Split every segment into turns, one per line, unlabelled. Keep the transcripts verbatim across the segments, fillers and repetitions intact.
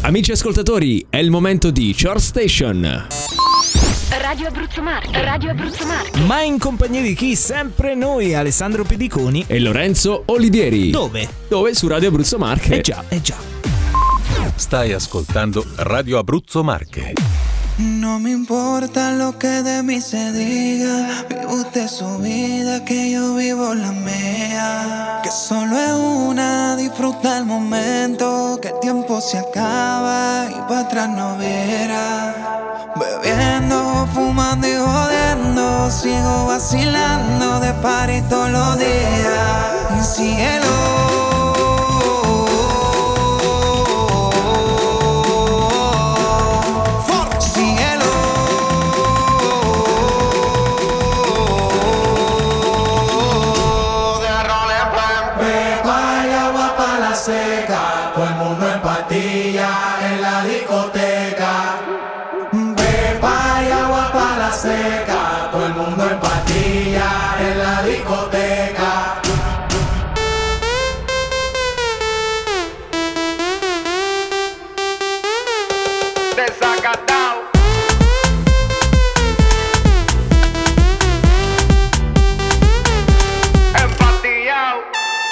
Amici ascoltatori, è il momento di Short Station.
Radio Abruzzo Marche, Radio Abruzzo Marche.
Ma in compagnia di chi? Sempre noi, Alessandro Pediconi
E Lorenzo Olivieri.
Dove?
Dove? Su Radio Abruzzo Marche.
Eh già, eh già.
Stai ascoltando Radio Abruzzo Marche.
No me importa lo que de mí se diga, vive usted su vida, que yo vivo la mía. Que solo es una, disfruta el momento, que el tiempo se acaba y para atrás no verá. Bebiendo, fumando y jodiendo, sigo vacilando de party todos los días. Y síguelo.
Seca, todo el mundo en pastilla en la discoteca. Pepa y agua para la seca, todo el mundo en pastilla en la discoteca. Desacatao. Empastillao.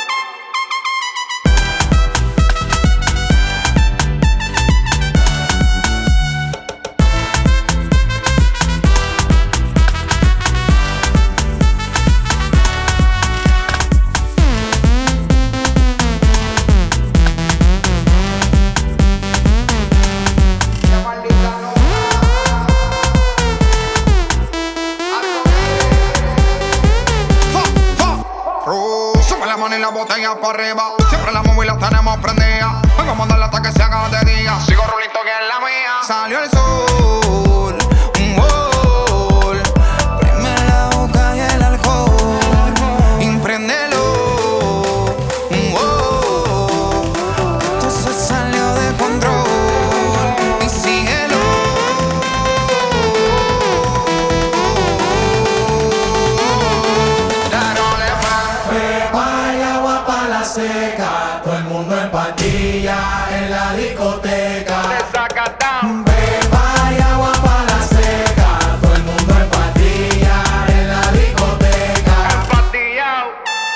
La botella para arriba, siempre la móvil la tenemos prendida. Vengo a mandarla hasta que se haga de día. Sigo rulito que es la mía. Salió el sol, un gol. Prime la boca y el alcohol. Impréndelo, un gol. Esto se salió de control. Y síguelo.
Seca, todo el mundo en pastilla en la discoteca. Beba y agua para la seca, todo el mundo en pastilla en la discoteca. Empastillao.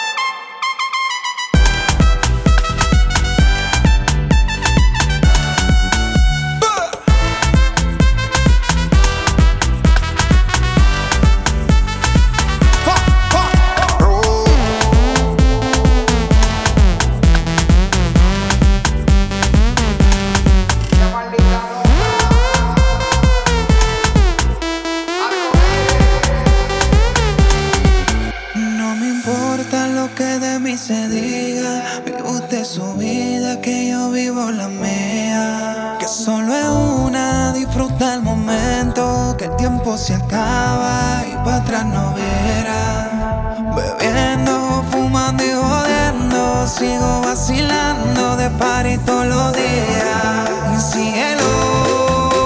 Se diga, vive usted su vida, que yo vivo la mía. Que solo es una, disfruta el momento, que el tiempo se acaba y para atrás no verá. Bebiendo, fumando y jodiendo, sigo vacilando de party todos los días. Y síguelo.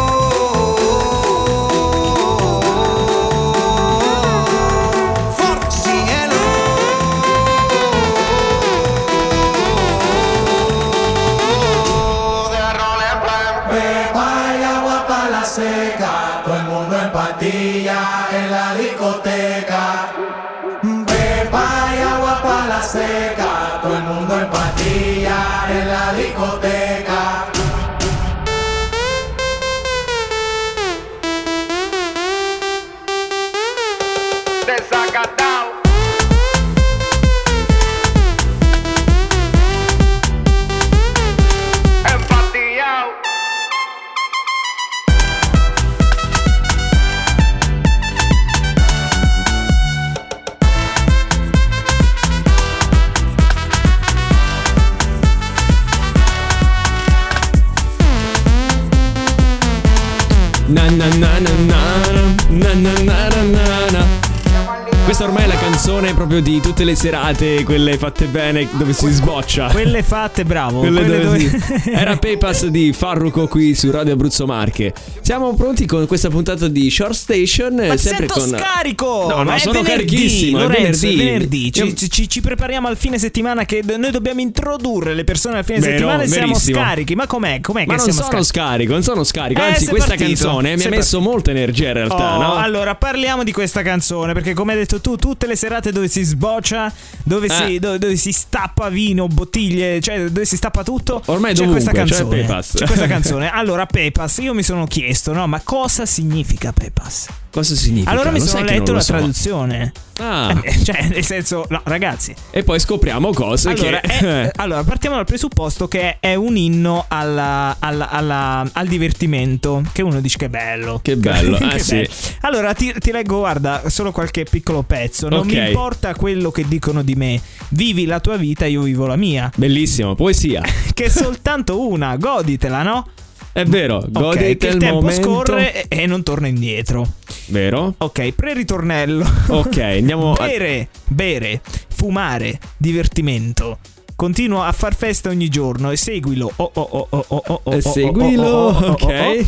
Seca, todo el mundo en pastilla en la discoteca. Pepa y agua para la seca, todo el mundo en pastilla en la discoteca. Desacatao. Empastillao.
Na na na na na na na na na na na. Questa ormai è la canzone proprio di tutte le serate, quelle fatte bene, dove si sboccia.
Quelle fatte, bravo.
Quelle
Quelle
dove
dove...
si- Era Pepas di Farruko qui su Radio Abruzzo Marche. Siamo pronti con questa puntata di Short Station.
Ma ti
sempre
sento
con...
scarico.
No, no,
Ma è
sono
venerdì,
carichissimo, è
Lorenzo,
venerdì.
è venerdì. Ci,
Io-
ci- ci prepariamo al fine settimana, che noi dobbiamo introdurre le persone al fine
Vero,
settimana e siamo
verissimo.
scarichi. Ma com'è? Com'è
Ma
che
non
siamo
sono
scarichi?
scarico, non sono scarico.
Eh,
Anzi,
sei
questa
partito,
canzone mi ha
sei
messo molta energia in realtà,
Oh,
no?
allora parliamo di questa canzone, perché come hai detto tu, tutte le serate dove si sboccia, dove,
Eh.
si, dove, dove si stappa vino, bottiglie, cioè dove si stappa tutto,
Ormai
c'è
dovunque,
questa
c'è
canzone.
Pepas.
C'è questa canzone. Allora, Pepas, io mi sono chiesto, no, ma cosa significa Pepas?
Cosa significa?
Allora mi
Lo
sono
sai che non
letto
lo
la
so.
traduzione.
Ah,
Eh, Cioè, nel senso, no, ragazzi.
e poi scopriamo cose
Allora,
che...
è- allora, partiamo dal presupposto che è un inno alla- alla- alla- al divertimento. Che uno dice che bello.
Che bello,
Che
eh, sì.
bello. Allora, ti, ti leggo, guarda, solo qualche piccolo pezzo. Non
Ok.
mi importa quello che dicono di me. Vivi la tua vita, io vivo la mia.
Bellissimo, poesia.
Che è soltanto una, goditela, no?
È vero,
Ok,
godete
che il
il
tempo
momento.
scorre e, e non torna indietro.
Vero?
Ok, pre-ritornello.
Ok, andiamo a...
Bere, bere, fumare, divertimento. Continua a far festa ogni giorno e seguilo. Oh, oh, oh, oh, oh, oh, oh,
E seguilo,
oh, oh, oh, oh,
ok.
oh, oh.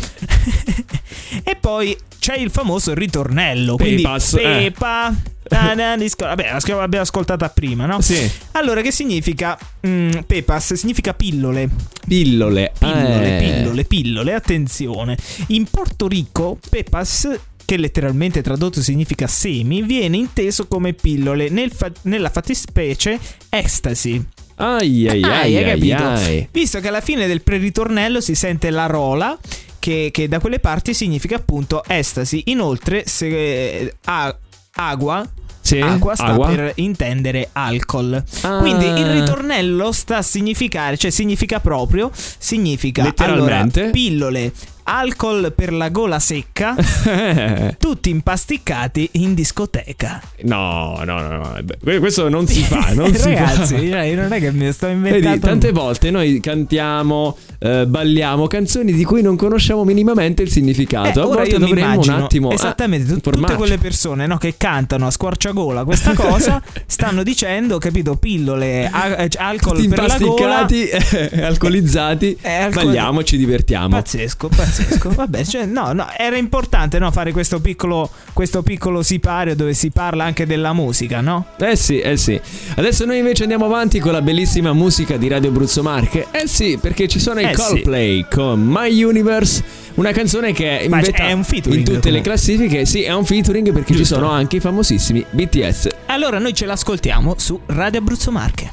E poi c'è il famoso ritornello. Quindi
Pepas, eh.
Pepa. na, na, disco- Vabbè, l'abbiamo ascoltata prima, no?
Sì.
Allora, che significa? Mm, Pepas significa pillole.
Pillole.
Pillole,
eh.
pillole, pillole. Attenzione. In Porto Rico, Pepas, che letteralmente tradotto significa semi, viene inteso come pillole, nel fa- nella fattispecie estasi.
Ai ai
Ah,
ai
hai
ai
capito?
ai.
Visto che alla fine del preritornello si sente la rola, che, che da quelle parti significa appunto estasi. Inoltre, se a- agua.
Sì,
Acqua sta
acqua.
per intendere alcol.
Ah.
Quindi il ritornello sta a significare, cioè significa proprio, significa
Letteralmente.
allora, pillole, alcol per la gola secca, tutti impasticcati in discoteca.
No, no, no, no. Beh, questo non si fa, non si
Ragazzi,
fa.
cioè, non è che mi sto inventando.
Vedi, tante volte noi cantiamo, eh, balliamo canzoni di cui non conosciamo minimamente il significato.
Eh,
A
ora
volte
io mi
dovremmo
immagino
un attimo eh,
esattamente tu- tutte
informarci.
quelle persone, no, che cantano a squarciagola questa cosa stanno dicendo, capito, pillole, a- eh, alcol
Tutti
per la gola.
impasticcati, eh, alcolizzati,
Eh, alcol-
balliamo e ci divertiamo.
Pazzesco, pazzesco. Vabbè, cioè, no, no, era importante, no, fare questo piccolo, questo piccolo sipario dove si parla anche della musica, no?
Eh sì, eh sì. Adesso noi invece andiamo avanti con la bellissima musica di Radio Abruzzo Marche. Eh sì, perché ci sono i
Eh sì.
Coldplay con My Universe, una canzone che è
Ma
invece
è un featuring,
in tutte le
comunque.
classifiche. Sì, è un featuring perché ci
Giusto.
sono anche i famosissimi B T S.
Allora noi ce l'ascoltiamo su Radio Abruzzo Marche.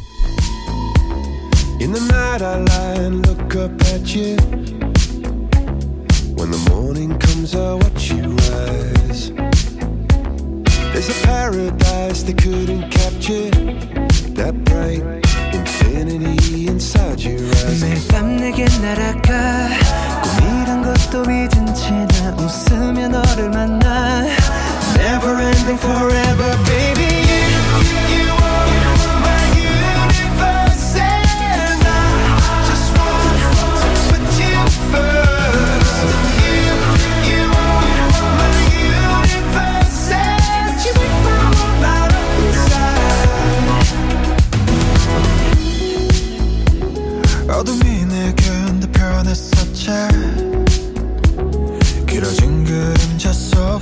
In the night I lie and look up at you. When the morning comes I watch you rise. There's a paradise they couldn't capture. That bright infinity inside your eyes.
매일 밤 내게 날아가 꿈이란 것도 잊은 채 나 웃으며 너를 만나 Never ending forever baby you, you are my universe and I just want to put you first You, you are my universe and you make my world light up inside 어둠이 내겐 더 변했었지 길어진 그림자 속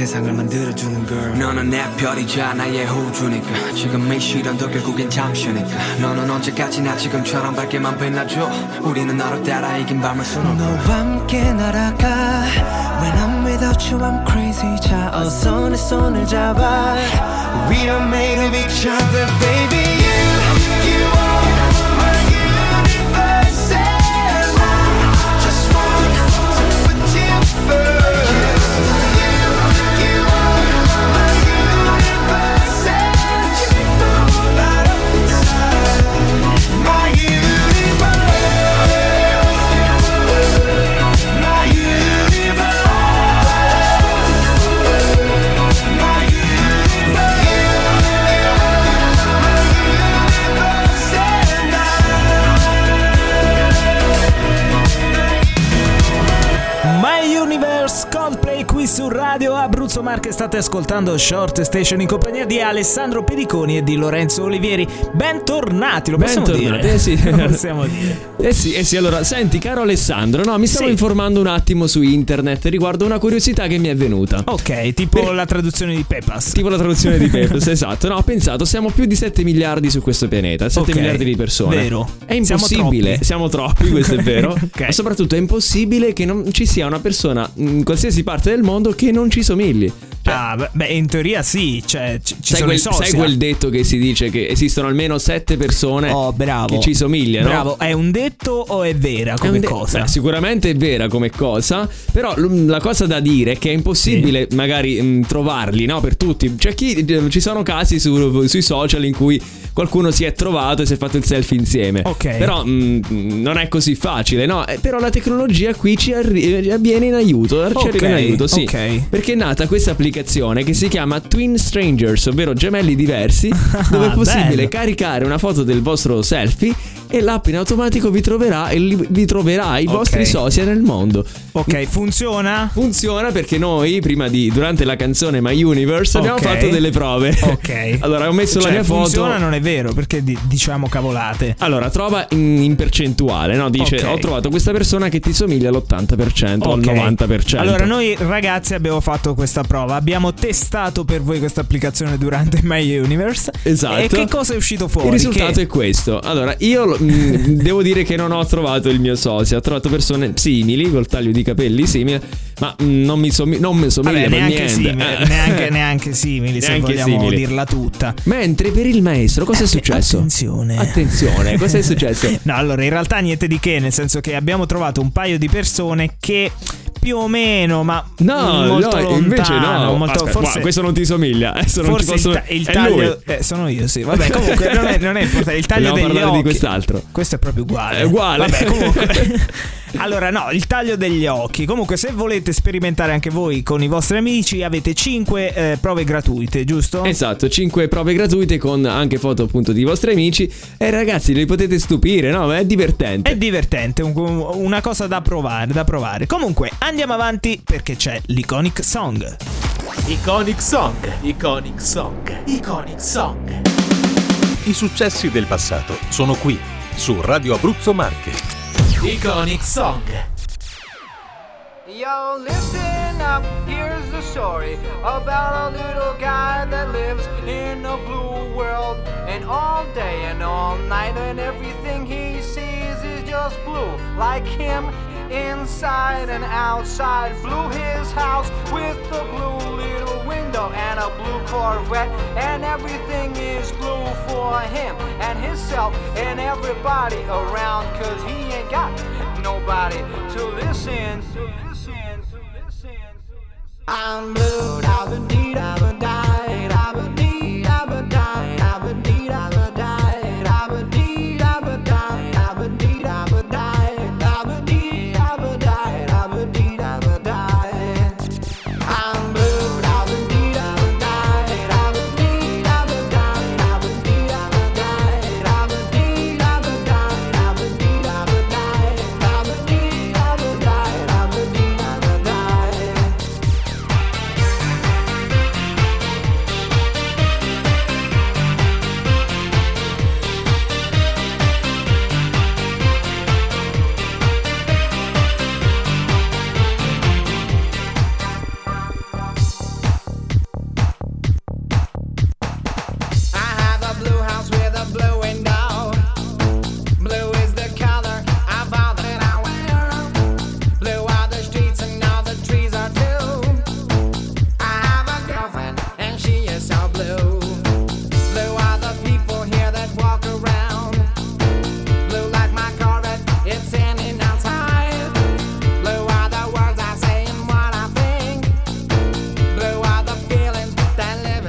세상을 만들어주는 girl. 너는 내 별이자 나의 호주니까 지금 이 시련도 결국엔 잠시니까 너는 언제까지나 지금처럼 밝게만 빛나줘. 우리는 너를 따라 이긴 밤을 수놓고 너와 함께 날아가. When I'm without you I'm crazy. 자 어서 내 손을 잡아. We are made of each other baby. You, you are my universe and I just want to put you first. You, you are my universe and you know that up inside. My universe, my universe, my universe.
My Universe, Coldplay qui su Radio Abruzzo Marche. State ascoltando Short Station in compagnia di Alessandro Pediconi e di Lorenzo Olivieri. Bentornati, lo possiamo
Bentornati,
dire?
eh sì.
Lo possiamo dire.
Eh sì, eh sì, allora, senti, caro Alessandro, no, mi stavo
Sì.
informando un attimo su internet riguardo una curiosità che mi è venuta.
Ok, tipo
Per-
la traduzione di Pepas.
Tipo la traduzione di Peppers, esatto. No, ho pensato, siamo più di sette miliardi su questo pianeta, sette
Ok,
miliardi di persone.
vero.
È
Siamo
impossibile,
troppi.
siamo troppi, questo è vero.
Ok.
Ma soprattutto è impossibile che non ci sia una persona in qualsiasi parte del mondo che non ci somigli. Cioè,
Ah, beh, beh, in teoria sì, cioè ci, ci
sai,
sono
quel,
i social.
sai quel detto che si dice che esistono almeno sette persone
Oh, bravo.
che ci somigliano?
Bravo, è un detto o è vera
È
come
un de-
cosa?
beh, sicuramente è vera come cosa, però l- la cosa da dire è che è impossibile magari mh, trovarli, no, per tutti. C'è chi eh, ci sono casi su- sui social in cui qualcuno si è trovato e si è fatto il selfie insieme.
Ok.
Però mh, non è così facile, no? Eh, però la tecnologia qui ci arri- viene in aiuto, ci
Ok,
arriva in aiuto, sì.
ok.
Perché è nata questa applicazione che si chiama Twin Strangers, ovvero gemelli diversi, dove è possibile
bello.
caricare una foto del vostro selfie e l'app in automatico vi troverà e li- vi troverà i
Ok.
vostri sosia nel mondo.
Ok, funziona?
Funziona perché noi prima di durante la canzone My Universe abbiamo
Ok.
fatto delle prove.
Ok.
Allora ho messo
Cioè,
la mia
funziona
foto.
non è vero, perché di- diciamo cavolate.
Allora, trova in, in percentuale, no? Dice,
Ok.
ho trovato questa persona che ti somiglia all'ottanta per cento o al
Ok.
novanta per cento.
Allora noi ragazzi abbiamo fatto questa prova. Abbiamo testato per voi questa applicazione durante My Universe.
Esatto.
E che cosa è uscito fuori?
Il risultato
Che-
è questo. Allora, io mh, devo dire che non ho trovato il mio sosia. Ho trovato persone simili, col taglio di capelli simile, ma mh, non mi, somi- non mi somiglia
Vabbè,
per
neanche
niente.
simili,
Eh.
neanche, neanche simili, se
Neanche
vogliamo
simili.
dirla tutta.
Mentre per il maestro cosa è successo?
Attenzione.
Attenzione, cosa è successo?
No, allora in realtà niente di che, nel senso che abbiamo trovato un paio di persone che più o meno, ma
No,
molto
no,
lontano,
invece no.
molto,
Aspetta,
forse
guarda, questo non ti somiglia. Adesso non
forse
ti posso...
il, ta- il
è
taglio
lui.
eh, sono io, sì. Vabbè, comunque non è, non è importante. Il taglio
Vogliamo
degli
parlare
occhi.
di quest'altro.
Questo è proprio uguale.
È uguale.
Vabbè, comunque. Allora, no, il taglio degli occhi. Comunque, se volete sperimentare anche voi con i vostri amici, avete cinque eh, prove gratuite, giusto?
Esatto, cinque prove gratuite con anche foto appunto di vostri amici. E ragazzi, li potete stupire, no? È divertente.
È divertente, un- una cosa da provare, da provare. Comunque, andiamo avanti perché c'è l'Iconic Song.
Iconic Song, Iconic Song, Iconic Song.
I successi del passato sono qui, su Radio Abruzzo Marche.
Iconic Song.
Yo, listen up, here's the story about a little guy that lives in a blue world. And all day and all night and everything he sees is just blue. Like him, inside and outside. Blue his house with a blue little window and a blue Corvette. And everything is blue for him and himself and everybody around. Cause he ain't got nobody to listen to. I'm blue, da ba dee da ba die, da ba dee da ba die, da ba dee da ba die, da ba dee da ba die, da ba dee da ba die, da ba dee da ba die, da ba dee da ba die. I'm blue, da ba dee da ba die, da ba dee da ba die, da ba dee da ba die, da ba dee da ba die, da ba dee da ba die, da ba dee da ba die, da ba dee da ba die.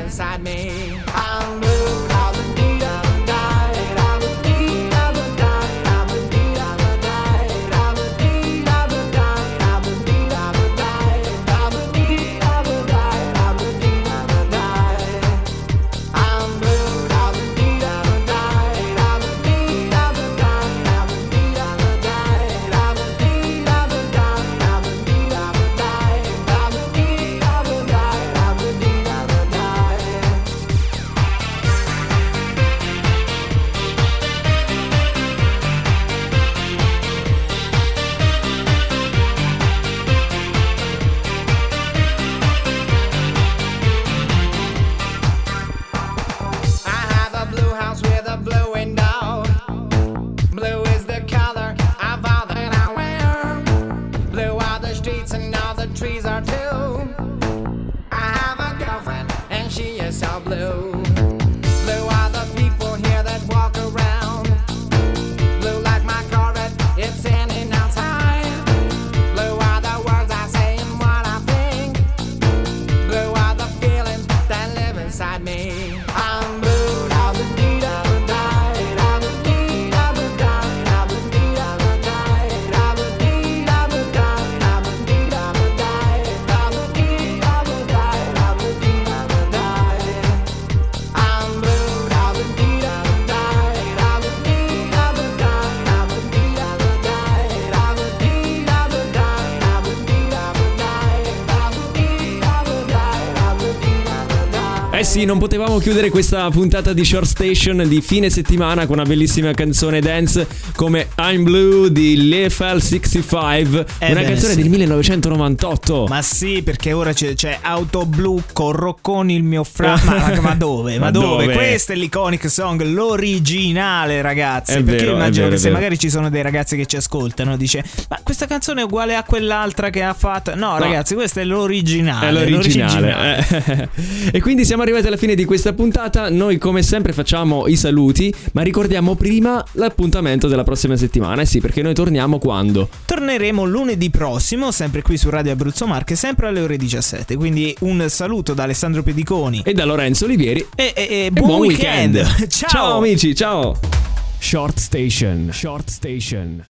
inside me. I'm blue, I'm a need, I'm a died, I'm a need, I'm a died, I'm a need, I'm a died, I'm a need, I'm a died, I'm a need, I'm a died, I'm a need, I'm a died, I'm a need, I'm a died. I'm blue, I'm a need, I'm a died, I'm a need, I'm a died, I'm a need, I'm a died, I'm a need, I'm a died, I'm a need, I'm a died, I'm a need, I'm a died, I'm a need, I'm a died. I have a blue house with a blue window. Blue is the color of all that I wear. Blue are the streets and all the trees are too. I have a girlfriend and she is so blue. Blue are the people here that walk around. Blue like my Corvette, it's in and outside. Blue are the words I say and what I think. Blue are the feelings that live inside me. I'm blue, I'm a need, I'm a died, I'm a need, I'm a died, I'm a need, I'm a died, I'm a need, I'm a died, I'm a need, I'm a died, I'm a need, I'm a died, I'm a need, I'm a died. I'm blue, I'm a need, I'm a died, I'm a need, I'm a died, I'm a need, I'm a died, I'm a need, I'm a died, I'm a need, I'm a died, I'm a need, I'm a died, I'm a need, I'm a died.
Eh sì, non potevamo chiudere questa puntata di Short Station di fine settimana con una bellissima canzone dance come I'm Blue di L'E F L sessantacinque,
Eh
una
beh,
canzone
sì.
del millenovecentonovantotto.
Ma sì, perché ora c'è, c'è Auto Blu con Rocconi il mio fra. Ma, ma dove? Ma,
Ma
dove?
dove?
Questa è l'iconic song, l'originale, ragazzi.
È
perché
vero,
io
è
immagino
vero,
che
è
se
vero.
magari ci sono dei ragazzi che ci ascoltano, dice: ma questa canzone è uguale a quell'altra che ha fatto. No, ragazzi, questa è l'originale.
È l'originale. Eh. E quindi siamo arrivati alla fine di questa puntata. Noi come sempre facciamo i saluti, ma ricordiamo prima l'appuntamento della prossima settimana. Eh sì, perché noi torniamo quando?
Torneremo lunedì prossimo, sempre qui su Radio Abruzzo Marche, sempre alle ore diciassette. Quindi un saluto da Alessandro Pediconi
e da Lorenzo Olivieri.
E, e, e
E
buon,
buon
weekend.
weekend.
Ciao.
Ciao amici, ciao. Short Station. Short Station.